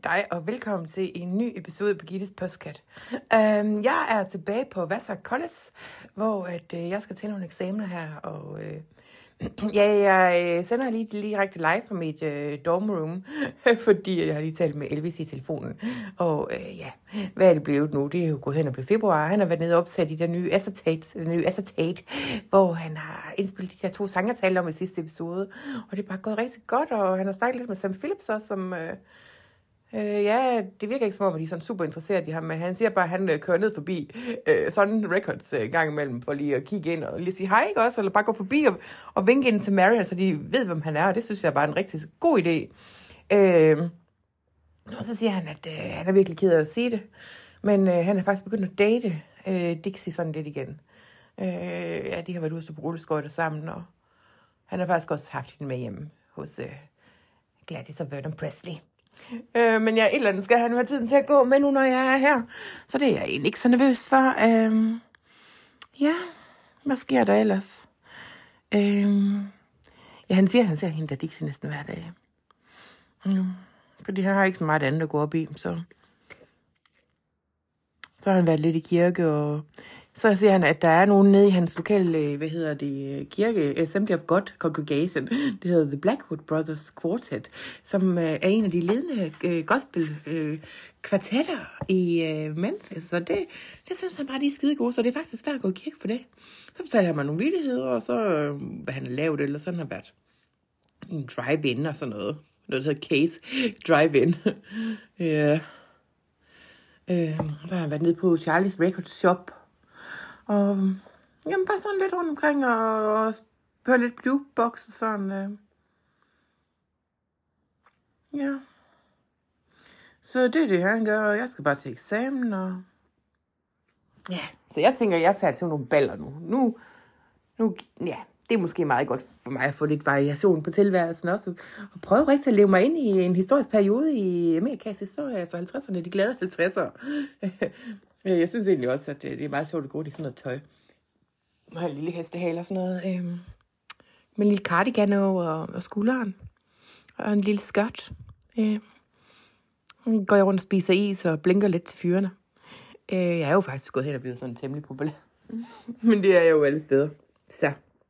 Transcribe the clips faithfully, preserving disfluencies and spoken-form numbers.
dig, og velkommen til en ny episode på Gittes Postkat. Um, jeg er tilbage på Vassar College, hvor at, uh, jeg skal til nogle eksamener her, og uh, ja, jeg sender lige lige rigtig live fra mit uh, dormroom, fordi jeg har lige talt med Elvis i telefonen. Og uh, ja, hvad er det blevet nu? Det er jo gået hen og blevet februar. Han har været nede og opsat i den nye Acetate, den nye Acetate, hvor han har indspillet de der to sange, jeg talte om i sidste episode. Og det er bare gået rigtig godt, og han har snakket lidt med Sam Phillips også, som... Uh, Øh, ja, det virker ikke som om, at de er sådan super interesserede i ham, men han siger bare, at han øh, kører ned forbi øh, sådan records øh, gang imellem, for lige at kigge ind og lige sige hej, ikke også? Eller bare gå forbi og, og vinke ind til Marion, så de ved, hvem han er, og det synes jeg bare er en rigtig god idé. Øh, og så siger han, at øh, han er virkelig ked af at sige det, men øh, han er faktisk begyndt at date øh, Dixie sådan lidt igen. Øh, ja, de har været ude på rulleskøjter sammen, og han har faktisk også haft hende med hjemme hos øh, Gladys og Vernon Presley. Øh, men jeg et eller andet skal have nu have tiden til at gå med nu, når jeg er her. Så det er jeg egentlig ikke så nervøs for. Øh, ja, hvad sker der ellers? Øh, ja, han siger, at han ser hende der Dixie næsten hver dag. Mm, fordi han har ikke så meget andet at gå op i, så... Så har han været lidt i kirke, og så siger han, at der er nogen nede i hans lokale, hvad hedder det, kirke, Assembly of God Congregation, det hedder The Blackwood Brothers Quartet, som er en af de ledende uh, gospel-kvartetter uh, i uh, Memphis, og det, det synes han bare, de er skide gode, så det er faktisk svært at gå i kirke for det. Så fortæller han mig nogle vittigheder, og så uh, hvad han har lavet, eller sådan har været en drive-in og sådan noget, noget der hedder Case Drive-in. Ja... yeah. Øh, så har jeg været nede på Charlies Record Shop. Og jamen, bare sådan lidt rundt omkring og, og høre lidt jukebox og sådan. Øh. Ja. Så det er det, han gør. Jeg skal bare til eksamen. Og... ja, så jeg tænker, jeg tager til nogle baller nu. Nu, nu, ja, det er måske meget godt for mig at få lidt variation på tilværelsen også. Og prøve rigtig at leve mig ind i en historisk periode i Amerikas historie, altså halvtredserne, de glade halvtredsere. Jeg synes egentlig også, at det er meget sjovt at gå i sådan noget tøj. Jeg har en lille hestehale og sådan noget. Øhm, med en lille cardigan over og skulderen. Og en lille skørt. Øh, går jeg rundt og spiser is og blinker lidt til fyrene. Øh, jeg er jo faktisk gået hen og blevet sådan temmelig populær. Men det er jeg jo alle steder. Så.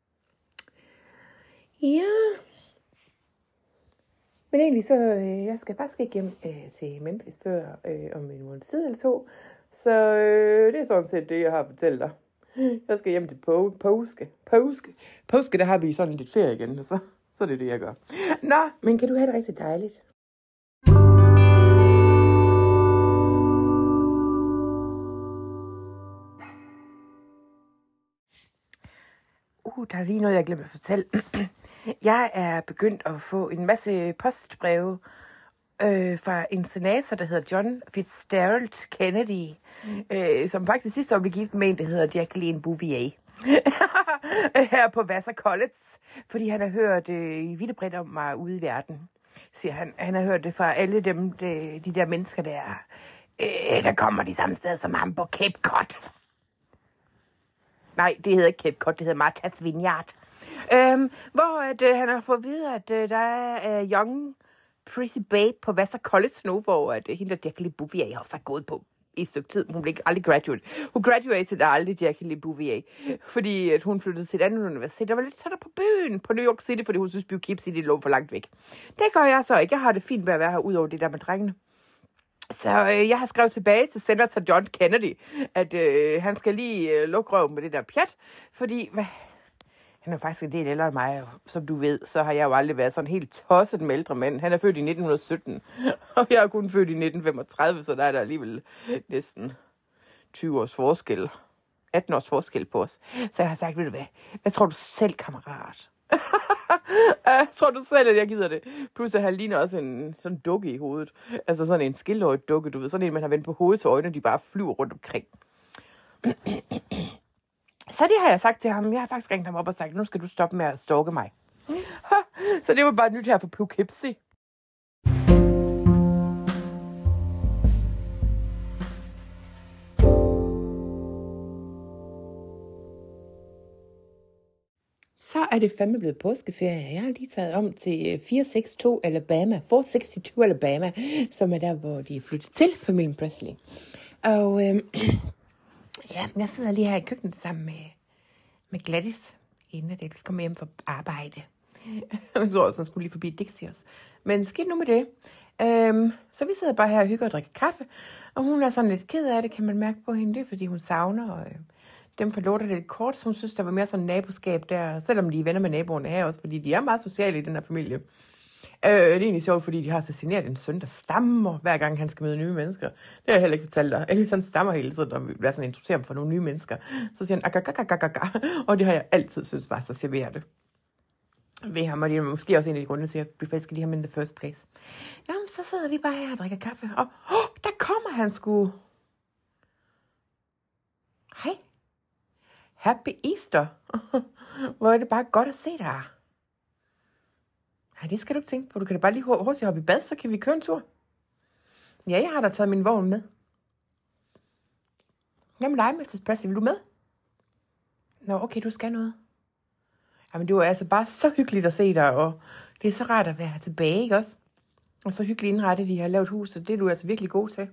Ja. Men egentlig så, øh, jeg skal faktisk ikke hjem øh, til Memphis før øh, om en måned tid eller to. Så øh, det er sådan set det, jeg har fortalt dig. Jeg skal hjem til på- påske. Påske. Påske, der har vi sådan lidt ferie igen, og så, så er det det, jeg gør. Nå, men kan du have det rigtig dejligt? Uh, der er lige noget, jeg glemte at fortælle. Jeg er begyndt at få en masse postbreve øh, fra en senator, der hedder John Fitzgerald Kennedy, øh, som faktisk sidste år blev gift med en, der hedder Jacqueline Bouvier. Her på Vassar College, fordi han har hørt øh, i vidt bredt om mig ude i verden, siger han. Han har hørt det fra alle dem, de, de der mennesker, der, øh, der kommer de samme steder som ham på Cape Cod. Nej, det hedder ikke Cape Cod, det hedder Martha's Vineyard. Øhm, hvor at, øh, han har fået at vide, at øh, der er øh, Young Pretty Babe på Vassar College nu, hvor at, øh, hende der Jacqueline Bouvier har så gået på i et stykke tid. Hun blev aldrig graduate. Hun graduated aldrig Jacqueline Bouvier, fordi at hun flyttede til et andet universitet. Der var lidt tættere på byen, på New York City, fordi hun synes, Poughkeepsie City lå for langt væk. Det gør jeg så ikke. Jeg har det fint med at være her, ud over det der med drengene. Så øh, jeg har skrevet tilbage til senator John Kennedy, at øh, han skal lige øh, lukke røven med det der pjat, fordi hvad, han er faktisk en del ældre end mig, og som du ved, så har jeg jo aldrig været sådan helt tosset med ældre mænd. Han er født i nitten sytten, og jeg er kun født i nitten femogtredive, så der er der alligevel næsten tyve års forskel, atten års forskel på os. Så jeg har sagt, ved du hvad, hvad tror du selv, kammerat? Jeg tror du selv, at jeg gider det. Plus at han ligner også en sådan dukke i hovedet. Altså sådan en skildøjet dukke, du ved. Sådan en, man har vendt på hovedet, så øjnene de bare flyver rundt omkring. Så det har jeg sagt til ham. Jeg har faktisk ringet ham op og sagt, nu skal du stoppe med at stalke mig. Så det var bare nyt her for Poughkeepsie. så er det fandme blevet påskeferie. Jeg har lige taget om til fire seks to Alabama, fire seks to Alabama, som er der, hvor de er flyttet til, familien Presley. Og øh, ja, jeg sidder lige her i køkkenet sammen med, med Gladys, inden at det kommer hjem fra arbejde. Jeg tror også, han skulle lige forbi Dixie også. Men skidt nu med det. Øhm, så vi sidder bare her og hygger og drikker kaffe, og hun er sådan lidt ked af det, kan man mærke på hende. Det er, fordi hun savner, og øh, dem forlåter det lidt kort, så hun synes, der var mere sådan naboskab der, selvom de er venner med naboerne her også, fordi de er meget sociale i den her familie. Øh, det er egentlig sjovt, fordi de har assassineret en søn, der stammer, hver gang han skal møde nye mennesker. Det har jeg heller ikke fortalt dig. Elvis han stammer hele tiden, når vi bliver sådan introducerer ham for nogle nye mennesker. Så siger han, agagagagaga, og det har jeg altid synes var så serveret det ved ham, og det er måske også en af de grunde til, at vi faktisk skal lige ham in the first place. Nå, så sidder vi bare her og drikker kaffe, og oh, der kommer han sgu. Hej. Happy Easter. Hvor er det bare godt at se dig. Nej, det skal du ikke tænke på. Du kan da bare lige hurtigt hoppe i bad, så kan vi køre en tur. Ja, jeg har da taget min vogn med. Jamen dig, missus Presley, vil du med? Nå, okay, du skal noget. Jamen, det var altså bare så hyggeligt at se dig, og det er så rart at være tilbage, ikke også? Og så hyggeligt indrettet, de har lavet huset. Det er du altså virkelig god til.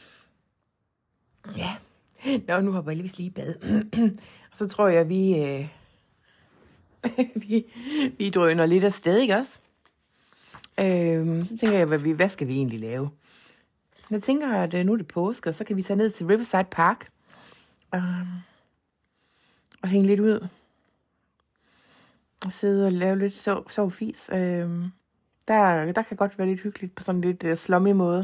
Ja. Nå, nu hopper jeg lige i bad. Og så tror jeg, vi, øh, vi, vi drøner lidt afsted, ikke også? Øh, så tænker jeg, hvad, vi, hvad skal vi egentlig lave? Jeg tænker, at øh, nu er det påske, og så kan vi tage ned til Riverside Park. Og, og hænge lidt ud. Og sidde og lave lidt sov, sovfis. Øh, der, der kan godt være lidt hyggeligt på sådan lidt uh, slummy måde.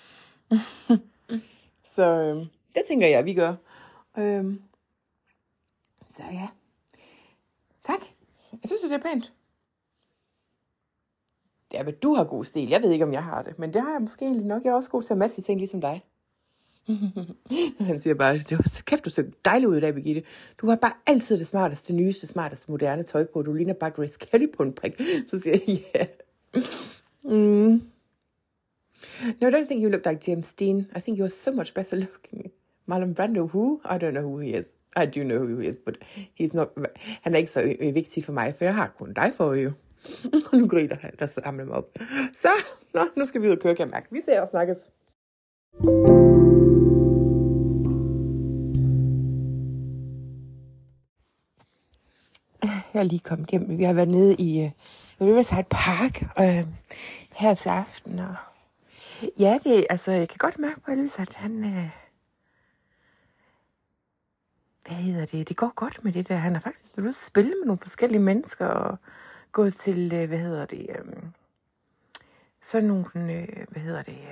Så øh, det tænker jeg, vi gør. Øh, så ja. Tak. Jeg synes, det er pænt. Ja, men du har god stil. Jeg ved ikke, om jeg har det. Men det har jeg måske egentlig nok. Jeg er også god til at matche ting ligesom dig. Han siger bare, det var, kæft, du ser dejlig ud i dag, Birgitte. Du har bare altid det smarteste, nyeste, smarteste, moderne tøj på. Du ligner bare Grace Kelly på en prik. Så siger jeg, ja. Yeah. Mm. No, I don't think you look like James Dean. I think you're so much better looking. Marlon Brando, who? I don't know who he is. I do know who he is, but he's not... Han er ikke så vigtig for mig, for jeg har kun dig for jo. Og nu griner han, der samler mig op. Så, nå, nu skal vi ud og køre, kan jeg mærke. Vi ser og snakkes. Jeg er lige kommet hjem. Vi har været nede i uh, Riverside Park uh, her til aften. Og ja, det, altså, jeg kan godt mærke på Elvis, at han... Uh, hvad hedder det? Det går godt med det der. Han har faktisk været ude at spille med nogle forskellige mennesker og gået til, uh, hvad hedder det... Um, sådan nogle, uh, hvad hedder det...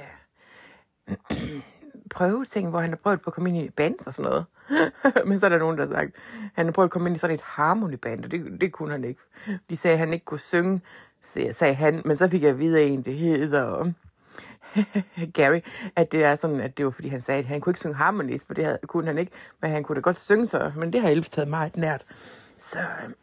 Uh, prøveting, hvor han har prøvet på at komme ind i bands og sådan noget. Men så er der nogen, der har sagt, han har prøvet at komme ind i sådan et harmoniband, og det, det kunne han ikke. De sagde, at han ikke kunne synge, sagde han, men så fik jeg at vide af en, det hedder Gary, at det er sådan, at det var fordi han sagde, at han kunne ikke synge harmonies, for det havde, kunne han ikke, men han kunne da godt synge så, men det har Elvis taget meget nært. Så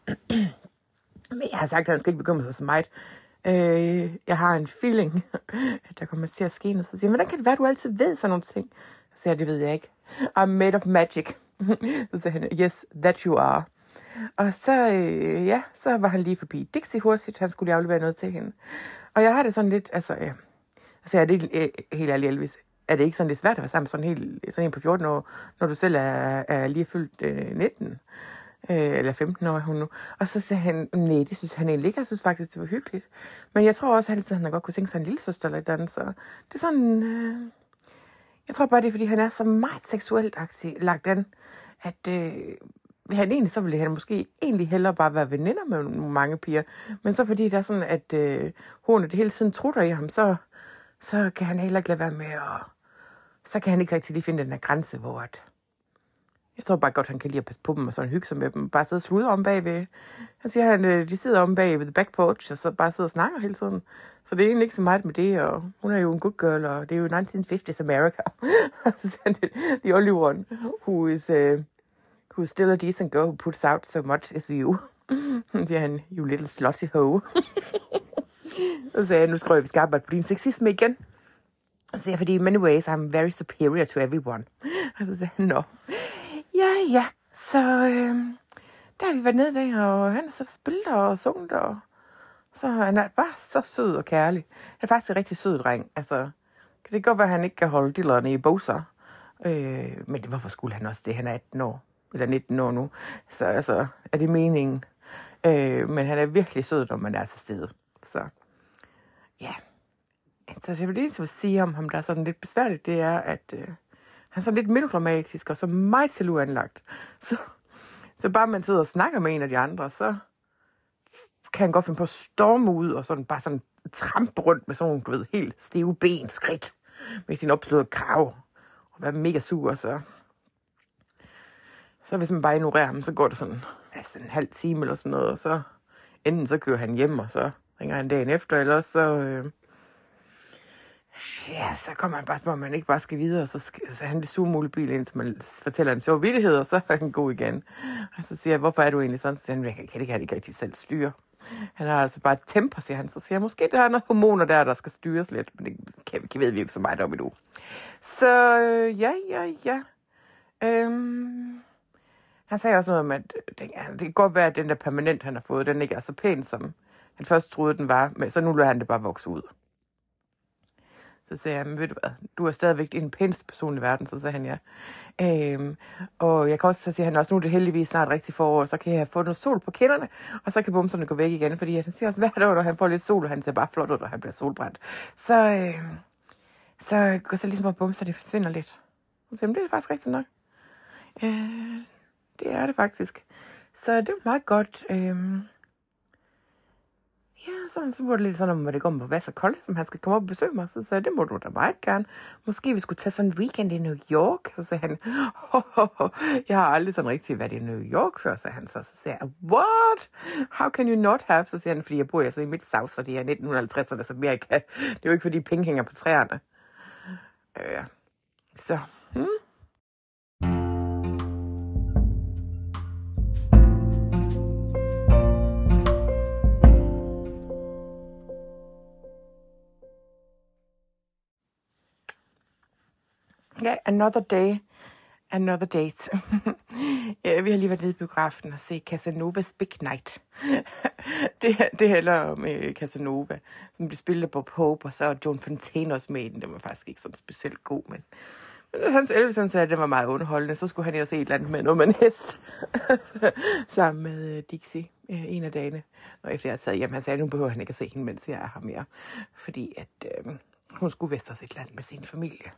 men jeg har sagt, at han skal ikke bekymre sig så meget. Øh, jeg har en feeling, at der kommer til at ske noget. Så siger jeg, hvordan kan det være, at du altid ved sådan nogle ting? Så siger jeg, det ved jeg ikke. I'm made of magic. Så siger han, yes, that you are. Og så, øh, ja, så var han lige forbi Dixie hurtigt. Han skulle lige aflevere noget til hende. Og jeg har det sådan lidt, altså, ja. Altså, er det øh, helt ærligt, Elvis, er det ikke sådan lidt svært at være sammen sådan, helt, sådan en på fjorten år, når du selv er, er lige fyldt øh, nitten? Øh, eller femten år hun nu. Og så sagde han, nej, det synes han egentlig ikke. Jeg synes faktisk, det var hyggeligt. Men jeg tror også altid, at han godt kunne tænke sig en lille søster eller et andet. Så det er sådan... Øh, jeg tror bare, det er, fordi han er så meget seksuelt aktiv, lagt an, at øh, han egentlig, så ville han måske egentlig hellere bare være veninder med mange piger. Men så fordi der er sådan, at øh, hun det hele tiden trutter i ham, så, så kan han heller ikke lade være med at... Så kan han ikke rigtig lige finde den her grænse, hvor at... Jeg tror bare godt, han kan lide at passe på dem og sådan hygge sig med dem. Bare sidde og slude om bagved. Han siger, at de sidder om bag ved the back porch, og så bare sidder og snakker hele tiden. Så det er egentlig ikke så meget med det, og hun er jo en good girl, og det er jo nineteen fifties America. The only one who is, uh, who is still a decent girl who puts out so much as you. Så siger han, you little slutty hoe. Så sagde jeg, nu tror jeg, vi skal arbejde på din sexisme igen. Og så siger jeg, fordi in many ways I'm very superior to everyone. Og så sagde han, nå. Ja, ja, så øh, der har vi været nede der, og han har så spillet og sunget, og så han er bare så sød og kærlig. Han er faktisk en rigtig sød dreng. Altså, det kan godt være, at han ikke kan holde dillerne i bukser. Øh, men hvorfor skulle han også det? Han er atten år, eller nitten år nu. Så altså, er det meningen? Øh, men han er virkelig sød, når man er til stede. Så ja. Så jeg vil lige vil sige om ham, der er sådan lidt besværligt, det er, at øh, han er sådan lidt melodramatisk og så meget til uanlagt. Så, så bare man sidder og snakker med en af de andre, så kan han godt finde på at storme ud og sådan bare sådan trampe rundt med sådan nogle, du ved, helt stive ben, skridt med sin opslåede krav og være mega sur. Så, så hvis man bare ignorerer ham, så går det sådan, altså en halv time eller sådan noget, og så enten så kører han hjem, og så ringer han dagen efter, eller så... Øh, Ja, så kommer han bare, hvor man ikke bare skal videre, og så, skal, så han det suger bil ind, så man fortæller en sjov vittighed, og så er han god igen. Og så siger jeg, hvorfor er du egentlig sådan? Så siger han, jeg kan ikke, ikke rigtig selv styre. Han har altså bare et temper, siger han. Så siger jeg, måske der er nogle hormoner der, der skal styres lidt, men det kan, kan ved vi ikke så meget om endnu. Så ja, ja, ja. Øhm, han sagde også noget om, at det, det kan godt være, at den der permanent, han har fået, den ikke er så pæn, som han først troede, den var, men så nu lader han det bare vokse ud. Så sagde jeg, men ved du hvad, du er stadigvæk den pæneste person i verden, så sagde han ja. Øhm, og jeg kan også så sige, han også, nu er det heldigvis snart rigtig forår, så kan jeg få noget sol på kinderne, og så kan bumserne gå væk igen, fordi han siger også hvert år, når han får lidt sol, og han ser bare flot ud, og han bliver solbrændt. Så, øh, så går så ligesom på bumser, det forsvinder lidt. Så siger jeg, det er faktisk rigtig nok. Øh, det er det faktisk. Så det er meget godt. Øh, Ja, så, så var det lidt sådan, om det går på Vass og Kold, som han skal komme op og besøge mig. Så sagde jeg, det må du da meget gerne. Måske vi skulle tage sådan en weekend i New York. Så sagde han, ho, ho, ho. Jeg har aldrig sådan rigtig været i New York før, sagde han så. Så sagde jeg, what? How can you not have? Så siger han, fordi jeg bor altså i Mid-South, så det er nitten halvtredserne, så Amerika. Det er jo ikke, fordi penge hænger på træerne. Øh, så, hmm? Ja, yeah, another day, another date. Ja, vi har lige været nede i biografen og set Casanovas Big Night. det, det handler om uh, Casanova, som bliver spillet af Bob Hope, og så er Joan Fontaine også med i den. Den var faktisk ikke sådan specielt god, men, men hans Elvis sagde, at den var meget underholdende. Så skulle han jo se et eller andet med noget med en hest, sammen med uh, Dixie uh, en af dagene. Og efter jeg sad hjem, han sagde, at nu behøver han ikke at se hende, mens jeg er her mere, fordi at uh, hun skulle vist også et eller andet med sin familie.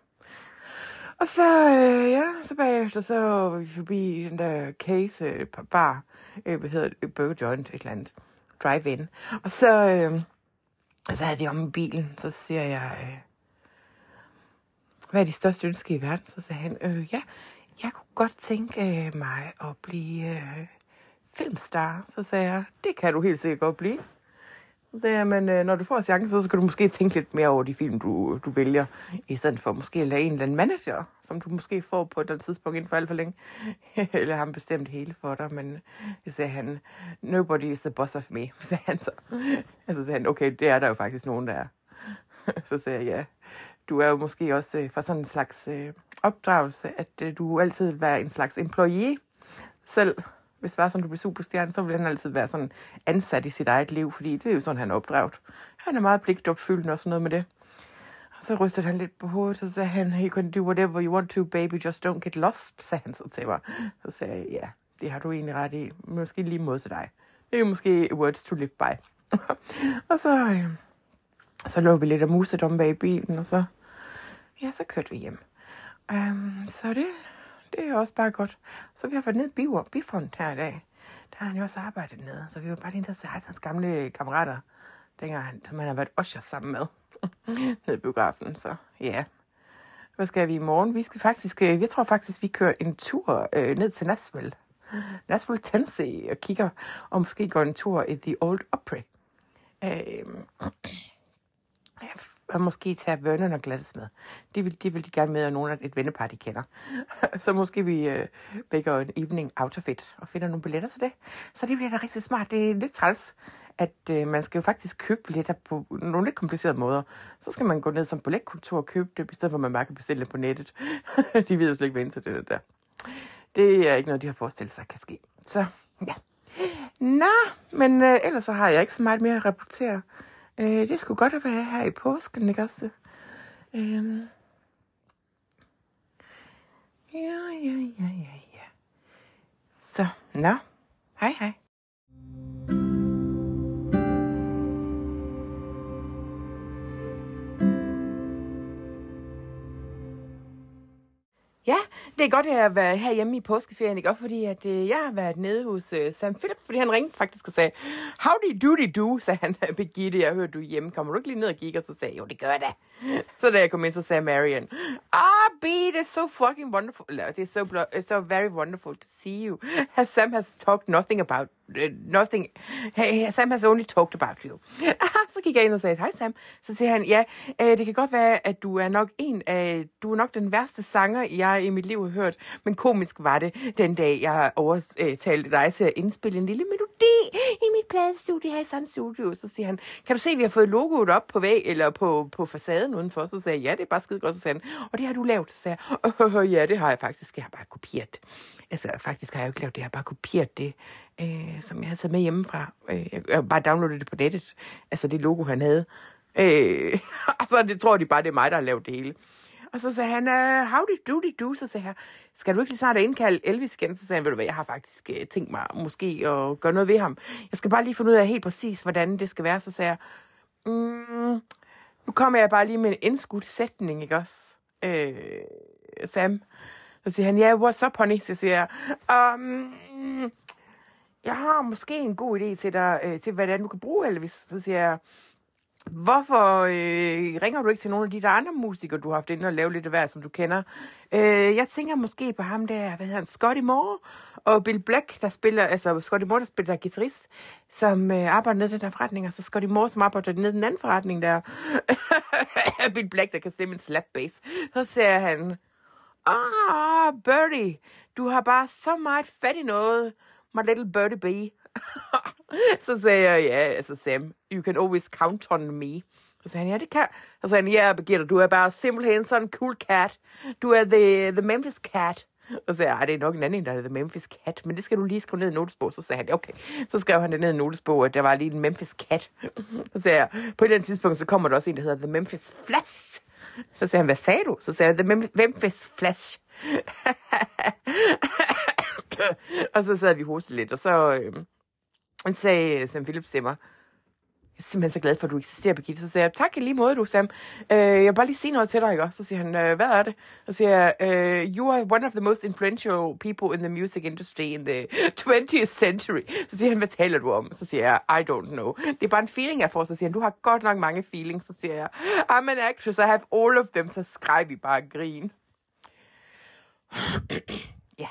Og så, øh, ja, så bagefter, så var vi forbi den der Case øh, bar, øh, hvad hedder det, Burger Joint, et eller andet, drive-in. Og så, øh, så havde vi om i bilen, så siger jeg, øh, hvad er de største ønsker i verden? Så sagde han, øh, ja, jeg kunne godt tænke øh, mig at blive øh, filmstar. Så sagde jeg, det kan du helt sikkert godt blive. Så sagde jeg, men øh, når du får chancen, så skal du måske tænke lidt mere over de film, du, du vælger, i stedet for måske at lade en eller anden manager, som du måske får på et eller andet tidspunkt inden for alt for længe, eller ham bestemt hele for dig, men så sagde han, nobody is the boss of me, så sagde han så. Så sagde han, okay, det er der jo faktisk nogen, der er. Så sagde jeg, ja, du er jo måske også øh, fra sådan en slags øh, opdragelse, at øh, du altid vil være en slags employee selv. Hvis det var sådan, du blev superstjerne, så ville han altid være sådan ansat i sit eget liv, fordi det er jo sådan, han er opdraget. Han er meget pligtopfyldende og sådan noget med det. Og så rystede han lidt på hovedet, så sagde han, you can do whatever you want to, baby, just don't get lost, sagde han så til mig. Så sagde jeg, ja, det har du egentlig ret i. Måske lige mod til dig. Det er jo måske words to live by. Og så, øh, så lå vi lidt af muset om bag i bilen, og så, ja, så kørte vi hjem. Um, så det... Det er også bare godt. Så vi har været nede i Biver, Bifront her i dag. Der har han jo også arbejdet nede. Så vi var bare lige nede til hans gamle kammerater, dengang han, som han har været usher sammen med. Nede i biografen, så ja. Yeah. Hvad skal vi i morgen? Vi skal faktisk, jeg tror faktisk, vi kører en tur øh, ned til Nashville. Nashville, Tennessee, og kigger, og måske går en tur i The Old Opry. Øh, og måske tage Vernon og Gladys med. De vil, de vil de gerne med, og nogle af et vennepar, de kender. Så måske vi øh, bækker en evening outfit og finder nogle billetter til det. Så det bliver da rigtig smart. Det er lidt træls, at øh, man skal jo faktisk købe billetter på nogle lidt komplicerede måder. Så skal man gå ned som billetkontor og købe det, i stedet for at man bare kan bestille det på nettet. De ved jo slet ikke, hvad ind til det der. Det er ikke noget, de har forestillet sig kan ske. Så ja, Nå, men øh, ellers så har jeg ikke så meget mere at rapportere. Øh, det skulle godt at være her i påsken, ikke også? Øh. Ja, ja, ja, ja, ja. Så, nå. Hej, hej. Ja, det er godt at være herhjemme i påskeferien, ikke? Også fordi, at øh, jeg har været nede hos øh, Sam Phillips, fordi han ringede faktisk og sagde, howdy doody do, sagde han, Birgitte, jeg hørte du er hjemme, kommer du ikke lige ned og kigge? Og så sagde jeg, jo, det gør jeg da. Så da jeg kom ind, så sagde Marian, ah, B, it's so fucking wonderful, it is so, it's so very wonderful to see you. Sam has talked nothing about, uh, nothing, hey, Sam has only talked about you. Så gik jeg ind og sagde, hej Sam. Så siger han, ja, øh, det kan godt være, at du er nok en af, du er nok den værste sanger, jeg i mit liv har hørt, men komisk var det den dag, jeg overtalte dig til at indspille en lille melodi i mit pladestudie her i Sun Studio. Så siger han, kan du se, at vi har fået logoet op på væg, eller på, på facaden udenfor? Så sagde jeg, ja, det er bare skide godt. Så sagde han, og det har du lavet? Så sagde jeg, øh, ja, det har jeg faktisk. Jeg har bare kopieret. Altså, faktisk har jeg jo ikke lavet det, jeg har bare kopieret det, øh, som jeg havde taget med hjemmefra. Øh, jeg har bare downloadet det på nettet. Altså, det logo, han havde. Øh, og så det, tror de bare, det er mig, der har lavet det hele. Og så sagde han, uh, how did do det do? Så sagde jeg, skal du ikke lige snart indkalde Elvis igen? Så sagde han, ved du hvad, jeg har faktisk uh, tænkt mig måske at gøre noget ved ham. Jeg skal bare lige finde ud af helt præcis, hvordan det skal være. Så sagde jeg, mm, nu kommer jeg bare lige med en indskudt sætning, ikke også? Øh, Sam. Så siger han, ja, yeah, what's up, honey? Så siger jeg, um, jeg har måske en god idé til dig, øh, til hvordan du kan bruge Elvis. Så siger jeg, hvorfor øh, ringer du ikke til nogle af de der andre musikere, du har haft inde og lave lidt af hver, som du kender? Øh, jeg tænker måske på ham der, hvad hedder han, Scotty Moore og Bill Black, der spiller, altså Scotty Moore, der spiller guitarist, som øh, arbejder nede i den der forretning, og så Scotty Moore, som arbejder nede i den anden forretning der. Bill Black, der kan stemme en slap bass. Så siger han, ah, Birdie, du har bare så meget fat i noget, my little birdie bee. Så sagde jeg, ja, altså Sam, you can always count on me. Så sagde han, ja, det kan. Så sagde han, ja, Birgitte, du er bare simpelthen sådan en cool cat. Du er the, the Memphis cat. Og så sagde jeg, det er nok en anden, der er the Memphis cat, men det skal du lige skrive ned i notesbog. Så sagde han, okay. Så skrev han det ned i notesbog, at der var lige en Memphis cat. Så sagde jeg, på et eller andet tidspunkt, så kommer der også en, der hedder the Memphis Flash. Så sagde han, hvad sagde du? Så sagde jeg, the Memphis Flash. Og så sad vi hostet lidt, og så øh, sagde Sam Phillips til mig, jeg er simpelthen så glad for, at du eksisterer, Birgitte. Så sagde jeg, tak i lige måde, du, Sam. Øh, jeg vil bare lige sige noget til dig, ikke? Så siger han, øh, hvad er det? Så siger jeg, øh, you are one of the most influential people in the music industry in the twentieth century. Så siger han, hvad taler du om? Så siger jeg, I don't know. Det er bare en feeling, jeg får. Så siger han, du har godt nok mange feelings. Så siger jeg, I'm an actress, I have all of them. Så skrev vi bare grin. Ja.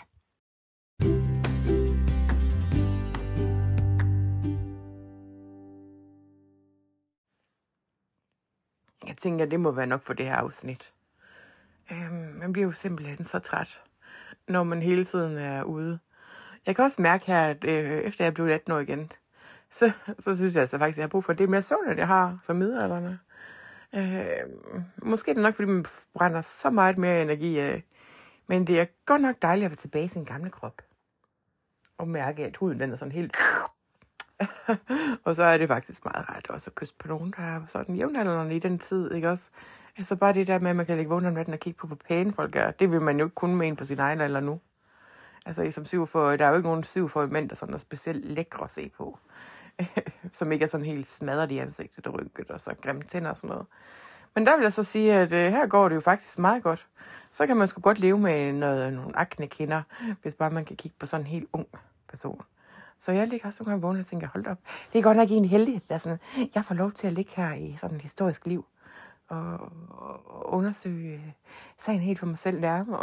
Jeg tænker, det må være nok for det her afsnit. Øhm, man bliver jo simpelthen så træt, når man hele tiden er ude. Jeg kan også mærke her, at øh, efter jeg blev atten år igen, så, så synes jeg altså faktisk, at jeg har brug for det mere søvn, end jeg har som midaldrende. Øh, måske er det nok, fordi man brænder så meget mere energi af. Men det er godt nok dejligt at være tilbage i sin gamle krop. Og mærke, at huden den er sådan helt... Og så er det faktisk meget rart også at kysse på nogen, der er sådan jævnaldrende i den tid, ikke også? Altså bare det der med, at man kan lægge vågen om natten og kigge på, hvor pæne folk er, det vil man jo ikke kun med en på sin egen alder nu. Altså som syvogfyrre, der er jo ikke nogen syvogfyrre mænd, der sådan er specielt lækre at se på. Som ikke er sådan helt smadret i ansigtet og rynket og så grimme tænder og sådan noget. Men der vil jeg så sige, at øh, her går det jo faktisk meget godt. Så kan man sgu godt leve med noget, nogle akne-kinder, hvis bare man kan kigge på sådan en helt ung person. Så jeg ligger også nogle gange vågen og tænker, hold op. Det er godt nok en heldig, at jeg, sådan, jeg får lov til at ligge her i sådan et historisk liv. Og, og undersøge sagen helt for mig selv nærmere.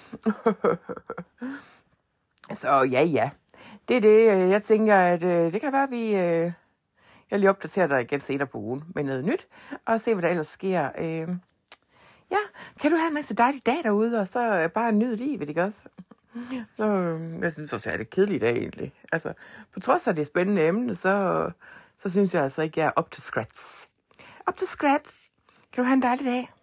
Så ja, ja. Det er det, jeg tænker, at det kan være, at vi... Jeg lige opdaterer dig igen senere på ugen med noget nyt, og se, hvad der ellers sker. Ja, kan du have en masse dejlig dag derude, og så bare nyde livet, ikke også? Så, jeg synes også, at det er kedeligt i dag egentlig. Altså, på trods af det spændende emne, så, så synes jeg altså ikke, at jeg er up to scratch. Up to scratch. Kan du have en dejlig dag?